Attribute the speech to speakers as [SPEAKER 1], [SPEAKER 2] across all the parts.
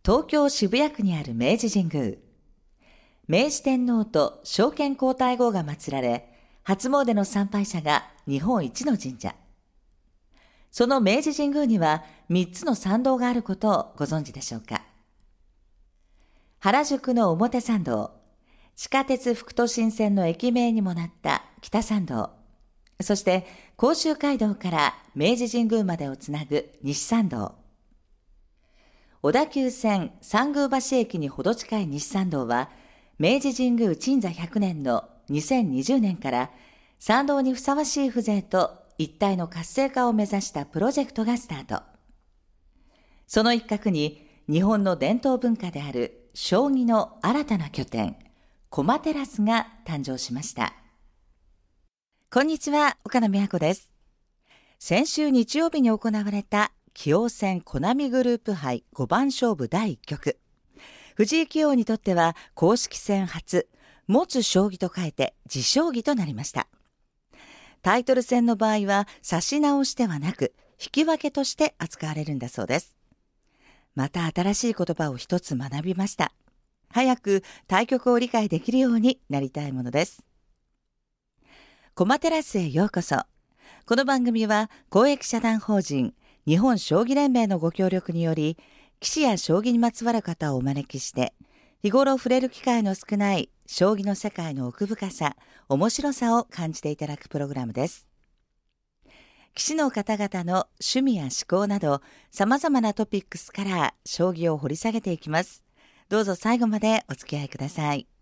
[SPEAKER 1] 東京渋谷区にある明治神宮。明治天皇と昭憲皇太后が祀られ、初詣の参拝者が日本一の神社。その明治神宮には3つの参道があることをご存知でしょうか。原宿の表参道、地下鉄副都心線の駅名にもなった北参道、そして甲州街道から明治神宮までをつなぐ西参道。小田急線三宮橋駅にほど近い西参道は、明治神宮鎮座100年の2020年から参道にふさわしい風情と一体の活性化を目指したプロジェクトがスタート。その一角に日本の伝統文化である将棋の新たな拠点、駒テラスが誕生しました。こんにちは、岡野美和子です。先週日曜日に行われた棋王戦コナミグループ杯5番勝負第1局。藤井棋王にとっては公式戦初、持つ将棋と書いて持将棋となりました。タイトル戦の場合は指し直しではなく引き分けとして扱われるんだそうです。また新しい言葉を一つ学びました。早く対局を理解できるようになりたいものです。駒テラスへようこそ。この番組は公益社団法人日本将棋連盟のご協力により、棋士や将棋にまつわる方をお招きして、日頃触れる機会の少ない将棋の世界の奥深さ、面白さを感じていただくプログラムです。棋士の方々の趣味や思考など、様々なトピックスから将棋を掘り下げていきます。どうぞ最後までお付き合いください。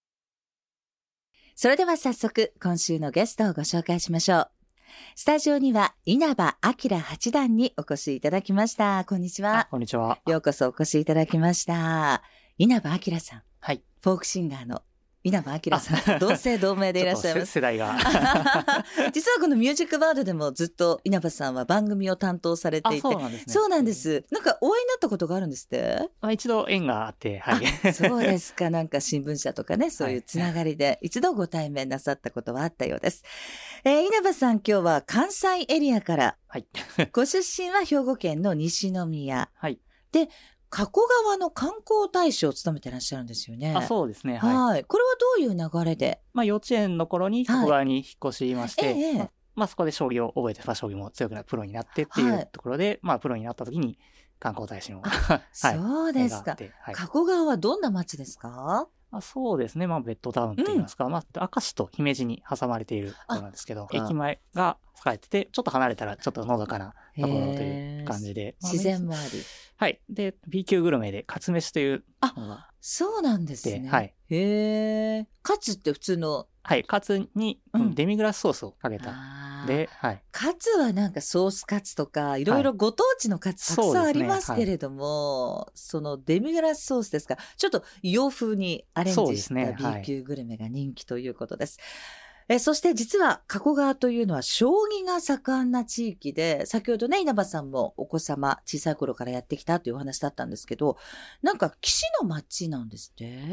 [SPEAKER 1] それでは早速、今週のゲストをご紹介しましょう。スタジオには稲葉陽八段にお越しいただきました。こんにちは。
[SPEAKER 2] こんにちは。
[SPEAKER 1] ようこそお越しいただきました。稲葉陽さん。
[SPEAKER 2] はい。
[SPEAKER 1] フォークシンガーの稲葉陽さん。同姓同名でいらっしゃいます。
[SPEAKER 2] 世代が。
[SPEAKER 1] 実はこのミュージックバードでもずっと稲葉さんは番組を担当されていて。
[SPEAKER 2] そうなんですね。
[SPEAKER 1] そうなんです。なんかお会いになったことがあるんですって？
[SPEAKER 2] 一度縁があって、はい。
[SPEAKER 1] そうですか。なんか新聞社とかね、そういうつながりで一度ご対面なさったことはあったようです。稲葉さん、今日は関西エリアから。
[SPEAKER 2] はい。
[SPEAKER 1] ご出身は兵庫県の西宮。
[SPEAKER 2] はい。
[SPEAKER 1] で、加古川の観光大使を務めてらっしゃるんですよね。
[SPEAKER 2] そうですね。
[SPEAKER 1] はい。これはどういう流れで？
[SPEAKER 2] 幼稚園の頃に加古川に引っ越しまして、そこで将棋を覚えて、将棋も強くなプロになってっていうところで、プロになった時に観光大使の。
[SPEAKER 1] そうですか。加古川はどんな町ですか？
[SPEAKER 2] そうですね。ベッドタウンって言いますか、明石と姫路に挟まれているところなんですけど、駅前が栄えてて、ちょっと離れたらちょっとのどかなところという感じで。
[SPEAKER 1] 自然もあり。
[SPEAKER 2] はい。で、B 級グルメで、カツ飯というのが。
[SPEAKER 1] そうなんですね。
[SPEAKER 2] はい。
[SPEAKER 1] カツって普通の。
[SPEAKER 2] はい。カツにデミグラスソースをかけた。で、はい。
[SPEAKER 1] カツはなんかソースカツとか、いろいろご当地のカツたくさんありますけれども、そのデミグラスソースですか、ちょっと洋風にアレンジした B 級グルメが人気ということです。そして実は加古川というのは将棋が盛んな地域で、先ほどね、稲葉さんもお子様小さい頃からやってきたというお話だったんですけど、なんか棋士の町なんですって？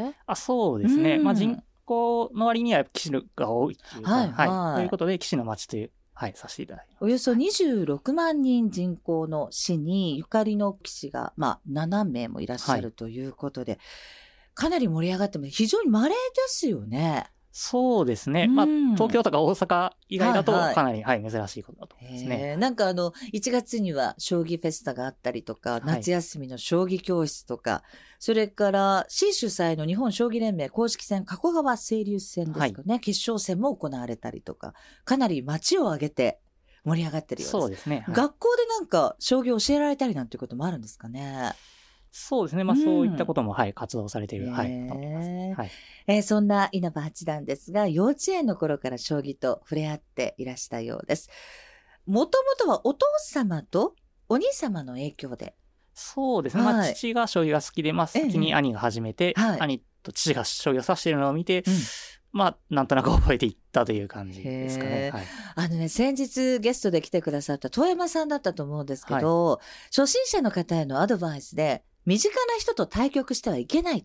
[SPEAKER 2] そうですね。人口の割には棋士が多いというか、ということで棋士の町という、させていただいてます。
[SPEAKER 1] およそ26万人人口の市にゆかりの棋士が、7名もいらっしゃるということで、かなり盛り上がっても非常に稀ですよね。
[SPEAKER 2] そうですね。東京とか大阪以外だとかなり、珍しいことだと思いますね。
[SPEAKER 1] なんか1月には将棋フェスタがあったりとか、夏休みの将棋教室とか、それから市主催の日本将棋連盟公式戦加古川清流戦ですかね、決勝戦も行われたりとか、かなり街を挙げて盛り上がってるようです。
[SPEAKER 2] そうですね。
[SPEAKER 1] 学校でなんか将棋を教えられたりなんていうこともあるんですかね？
[SPEAKER 2] そうですね。そういったことも、活動されている、と思います。
[SPEAKER 1] そんな稲葉八段ですが、幼稚園の頃から将棋と触れ合っていらしたようです。もともとはお父様とお兄様の影響で。
[SPEAKER 2] そうですね。父が将棋が好きで、先に兄が始めて、兄と父が将棋を指しているのを見て、なんとなく覚えていったという感じですかね。
[SPEAKER 1] 先日ゲストで来てくださった遠山さんだったと思うんですけど、初心者の方へのアドバイスで、身近な人と対局してはいけないと。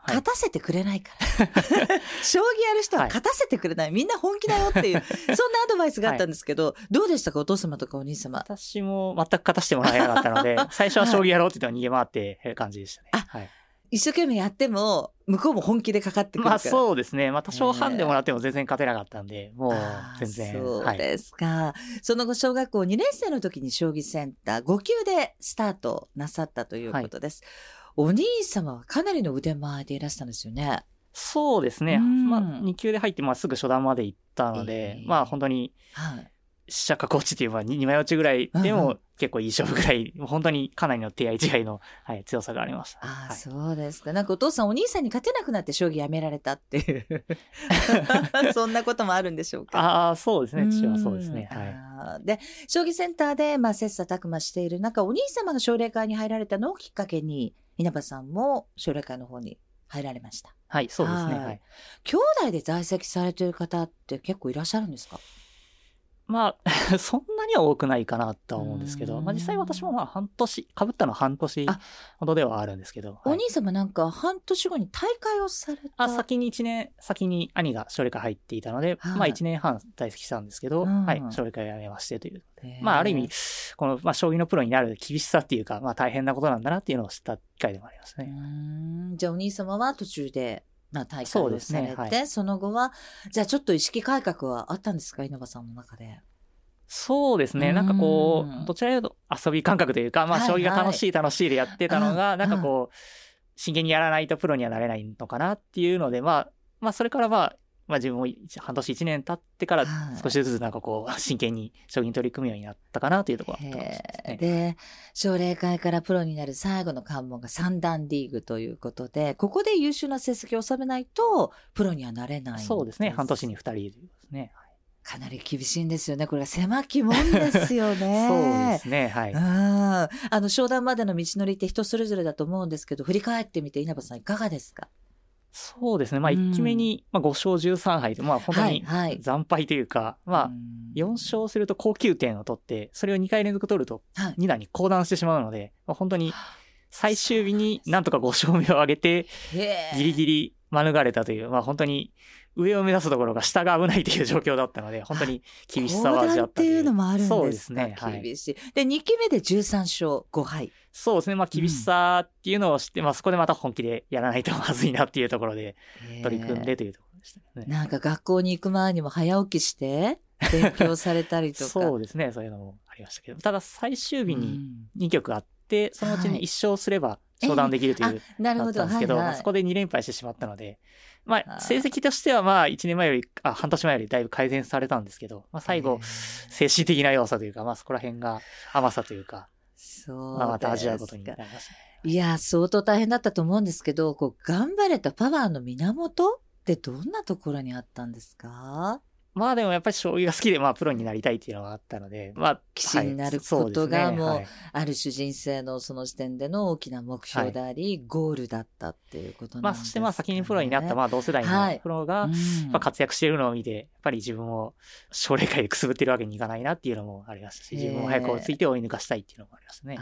[SPEAKER 1] 勝たせてくれないから。将棋やる人は勝たせてくれない。みんな本気だよっていう、そんなアドバイスがあったんですけど、どうでしたかお父様とかお兄様。
[SPEAKER 2] 私も全く勝たせてもらえなかったので、最初は将棋やろうって言ったら逃げ回って感じでしたね。はい。
[SPEAKER 1] 一生懸命やっても、向こうも本気でかかってくるから。
[SPEAKER 2] そうですね。多少ハンでもらっても全然勝てなかったんで、もう全然。
[SPEAKER 1] そうですか。はい、その後、小学校2年生の時に将棋センター5級でスタートなさったということです。はい、お兄様はかなりの腕前でいらしたんですよね。
[SPEAKER 2] そうですね。2級で入ってすぐ初段まで行ったので、本当に、飛車角落ちっていう2枚落ちぐらいでも結構いい勝負ぐらい、本当にかなりの手合い違いの、強さがありました。
[SPEAKER 1] そうですか。なんかお父さんお兄さんに勝てなくなって将棋やめられたっていう。そんなこともあるんでしょうか。
[SPEAKER 2] そうですね。父はそうですね。
[SPEAKER 1] で、将棋センターで切磋琢磨している中、お兄様が奨励会に入られたのをきっかけに、稲葉さんも奨励会の方に入られました。
[SPEAKER 2] はい、そうですね。
[SPEAKER 1] 兄弟で在籍されている方って結構いらっしゃるんですか？
[SPEAKER 2] そんなには多くないかなとは思うんですけど、実際私も半年、被ったのは半年ほどではあるんですけど。
[SPEAKER 1] お兄様なんか半年後に大会をされた？
[SPEAKER 2] 1年先に兄が奨励会入っていたので、1年半在籍したんですけど、奨励会を辞めましてという。ある意味、この、将棋のプロになる厳しさっていうか、大変なことなんだなっていうのを知った機会でもありますね。
[SPEAKER 1] じゃあお兄様は途中で、大会をされて、その後は、じゃあちょっと意識改革はあったんですか、稲葉さんの中で。
[SPEAKER 2] そうですね。なんかこう、どちらかというと遊び感覚というか、将棋が楽しいでやってたのが、なんかこう、真剣にやらないとプロにはなれないのかなっていうので、それから自分も半年1年経ってから少しずつなんかこう、真剣に将棋に取り組むようになったかなというところだったかもしれないですね。
[SPEAKER 1] で、奨励会からプロになる最後の関門が三段リーグということで、ここで優秀な成績を収めないと、プロにはなれないんです。
[SPEAKER 2] そうですね。半年に2人ですね。
[SPEAKER 1] かなり厳しいんですよね。これは狭き門ですよね。
[SPEAKER 2] そうですね。はい。
[SPEAKER 1] 昇段までの道のりって人それぞれだと思うんですけど、振り返ってみて稲葉さんいかがですか？
[SPEAKER 2] そうですね。1期目に5勝13敗で、本当に惨敗というか、4勝すると高級点を取って、それを2回連続取ると2段に降段してしまうので、本当に最終日になんとか5勝目を上げて、ギリギリ免れたという、本当に上を目指すところが下が危ないという状況だったので、本当に厳しさを味わったという。
[SPEAKER 1] っていうのもあるんですか？
[SPEAKER 2] そうですね。
[SPEAKER 1] 厳しい。で、2期目で13勝5敗。
[SPEAKER 2] そうですね。厳しさっていうのを知って、そこでまた本気でやらないとまずいなっていうところで取り組んでというところでしたね。
[SPEAKER 1] なんか学校に行く前にも早起きして勉強されたりとか。
[SPEAKER 2] そうですね。そういうのもありましたけど。ただ最終日に2局あって、そのうちに1勝すれば昇段できるという、
[SPEAKER 1] なるほど。
[SPEAKER 2] だったんですけど、そこで2連敗してしまったので、成績としては1年前より、半年前よりだいぶ改善されたんですけど、最後、精神的な要素というか、そこら辺が甘さというか、また味わうことになりましたね。
[SPEAKER 1] いや、相当大変だったと思うんですけど、頑張れたパワーの源ってどんなところにあったんですか？
[SPEAKER 2] でもやっぱり将棋が好きで、プロになりたいっていうのがあったので、
[SPEAKER 1] 棋士になることがもう、ある種人生のその時点での大きな目標であり、ゴールだったっていうことなんですかね。
[SPEAKER 2] そして先にプロになった同世代のプロが活躍しているのを見て、やっぱり自分を奨励会でくすぶってるわけにいかないなっていうのもありましたし、自分も早く追いついて追い抜かしたいっていうのもありますね。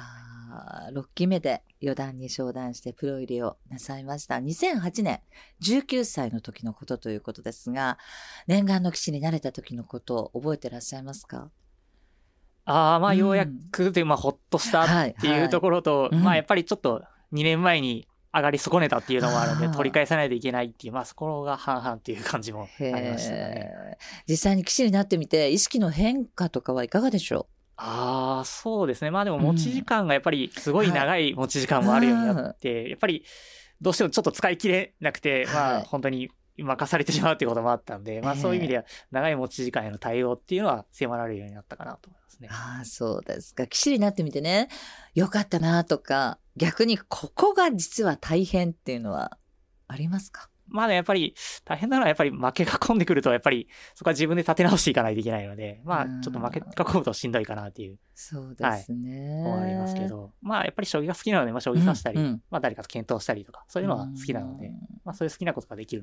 [SPEAKER 1] 6期目で四段に昇段してプロ入りをなさいました。2008年、19歳の時のことということですが、念願の棋士になれた時のことを覚えてらっしゃいますか？
[SPEAKER 2] ようやくという、ほっとしたっていうところと、やっぱりちょっと2年前に上がり損ねたっていうのもあるので、取り返さないといけないっていう、そこが半々っていう感じもありましたね。
[SPEAKER 1] 実際に棋士になってみて、意識の変化とかはいかがでしょう？
[SPEAKER 2] そうですね。でも持ち時間がやっぱりすごい長い持ち時間もあるようになって、やっぱりどうしてもちょっと使い切れなくて、本当に任されてしまうっていうこともあったんで、そういう意味では長い持ち時間への対応っていうのは迫られるようになったかなと思いますね。
[SPEAKER 1] そうですか。棋士になってみてね、よかったなとか、逆にここが実は大変っていうのはありますか？
[SPEAKER 2] やっぱり大変なのはやっぱり負けが込んでくると、やっぱりそこは自分で立て直していかないといけないので、ちょっと負けが込むとしんどいかなっていう。
[SPEAKER 1] そうですね。
[SPEAKER 2] ありますけど、やっぱり将棋が好きなので、将棋指したり、誰かと検討したりとか、そういうのは好きなので、そういう好きなことができるのは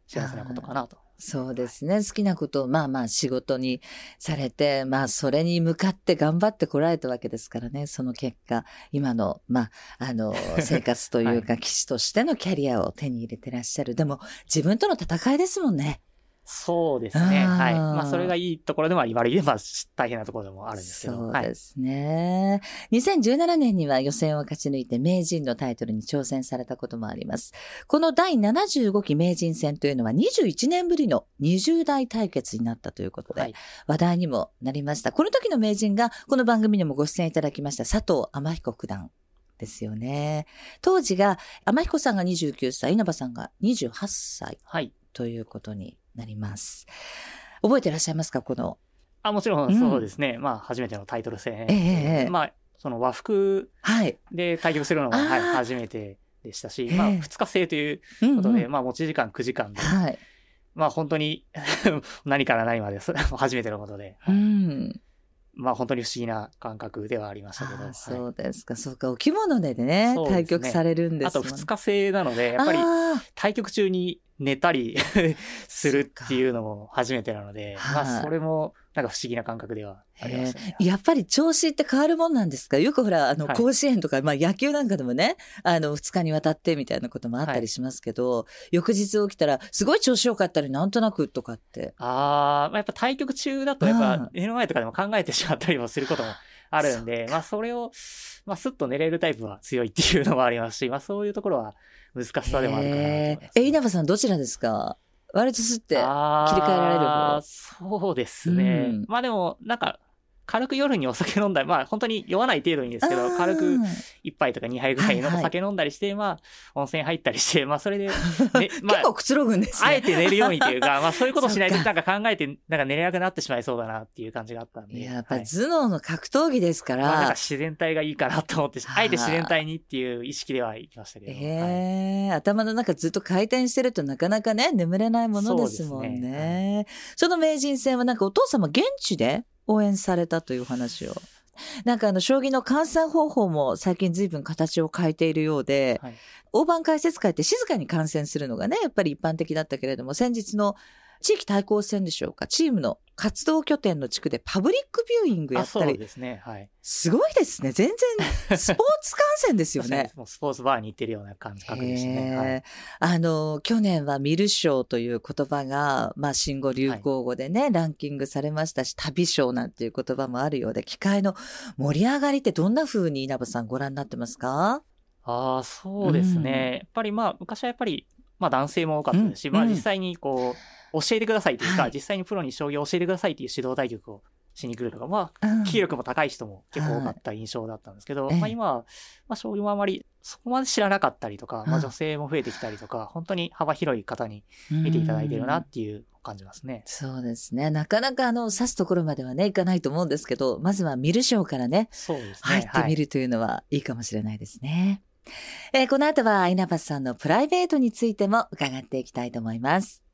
[SPEAKER 2] 幸せなことかなと。
[SPEAKER 1] そうですね。好きなことを仕事にされて、それに向かって頑張ってこられたわけですからね。その結果、今の、生活というか、棋士としてのキャリアを手に入れてらっしゃる。でも、自分との戦いですもんね。
[SPEAKER 2] そうですね。はい。それがいいところでもあり、悪いで大変なところでもあるんですけど。
[SPEAKER 1] そうですね。2017年には予選を勝ち抜いて名人のタイトルに挑戦されたこともあります。この第75期名人戦というのは21年ぶりの20代対決になったということで、話題にもなりました。この時の名人がこの番組にもご出演いただきました佐藤天彦九段ですよね。当時が天彦さんが29歳、稲葉さんが28歳。ということになります。覚えていらっしゃいますか、この。
[SPEAKER 2] もちろんそうですね。初めてのタイトル戦。その和服で対局するのが、初めてでしたし、2日制ということで、持ち時間9時間で、本当に何から何まで初めてのことで。本当に不思議な感覚ではありましたけど。
[SPEAKER 1] そうですか。そうか。お着物でね、対局されるんですもん。
[SPEAKER 2] あと2日制なので、やっぱり対局中に寝たりするっていうのも初めてなので、それもなんか不思議な感覚ではありましたね。
[SPEAKER 1] やっぱり調子って変わるもんなんですか？よくほら、甲子園とか、野球なんかでもね、2日にわたってみたいなこともあったりしますけど、翌日起きたら、すごい調子良かったり、なんとなくとかって。
[SPEAKER 2] やっぱ対局中だと、やっぱ寝る前とかでも考えてしまったりもすることもあるんで、それを、スッと寝れるタイプは強いっていうのもありますし、そういうところは難しさでもあるかなと思います。
[SPEAKER 1] 稲葉さんどちらですか？割とスッて切り替えられる方。
[SPEAKER 2] そうですね。でも、なんか、軽く夜にお酒飲んだり、本当に酔わない程度にいいんですけど、軽く1杯とか2杯ぐらいのお酒飲んだりして、温泉入ったりして、それで、
[SPEAKER 1] 結構くつろぐんですね。
[SPEAKER 2] あえて寝るようにというか、そういうことしないとなんか考えて、なんか寝れなくなってしまいそうだなっていう感じがあったんで。
[SPEAKER 1] やっぱ頭脳の格闘技ですから。
[SPEAKER 2] なんか自然体がいいかなと思って、あえて自然体にっていう意識ではいきましたけど。
[SPEAKER 1] 頭の中ずっと回転してるとなかなかね、眠れないものですもんね。その名人戦はなんかお父様現地で応援されたという話を。なんか将棋の換算方法も最近随分形を変えているようで、大盤解説会って静かに観戦するのがね、やっぱり一般的だったけれども、先日の地域対抗戦でしょうか、チームの活動拠点の地区でパブリックビューイングやったり。
[SPEAKER 2] そうですね。
[SPEAKER 1] すごいですね。全然スポーツ観戦ですよね。
[SPEAKER 2] もうスポーツバーに行ってるような感覚でしたね。
[SPEAKER 1] 去年は観る将という言葉が、新語・流行語でね、ランキングされましたし、旅将なんていう言葉もあるようで、棋界の盛り上がりってどんな風に稲葉さんご覧になってますか？
[SPEAKER 2] そうですね。やっぱり昔はやっぱり、男性も多かったですし、実際にこう、教えてくださいというか、実際にプロに将棋を教えてくださいという指導対局をしに来るとか、棋力も高い人も結構多かった印象だったんですけど、今は、将棋もあまりそこまで知らなかったりとか、女性も増えてきたりとか、本当に幅広い方に見ていただいているなっていう感じますね。
[SPEAKER 1] そうですね。なかなか指すところまではね、いかないと思うんですけど、まずは観る将からね、入ってみるというのはいいかもしれないですね。この後は稲葉さんのプライベートについても伺っていきたいと思います。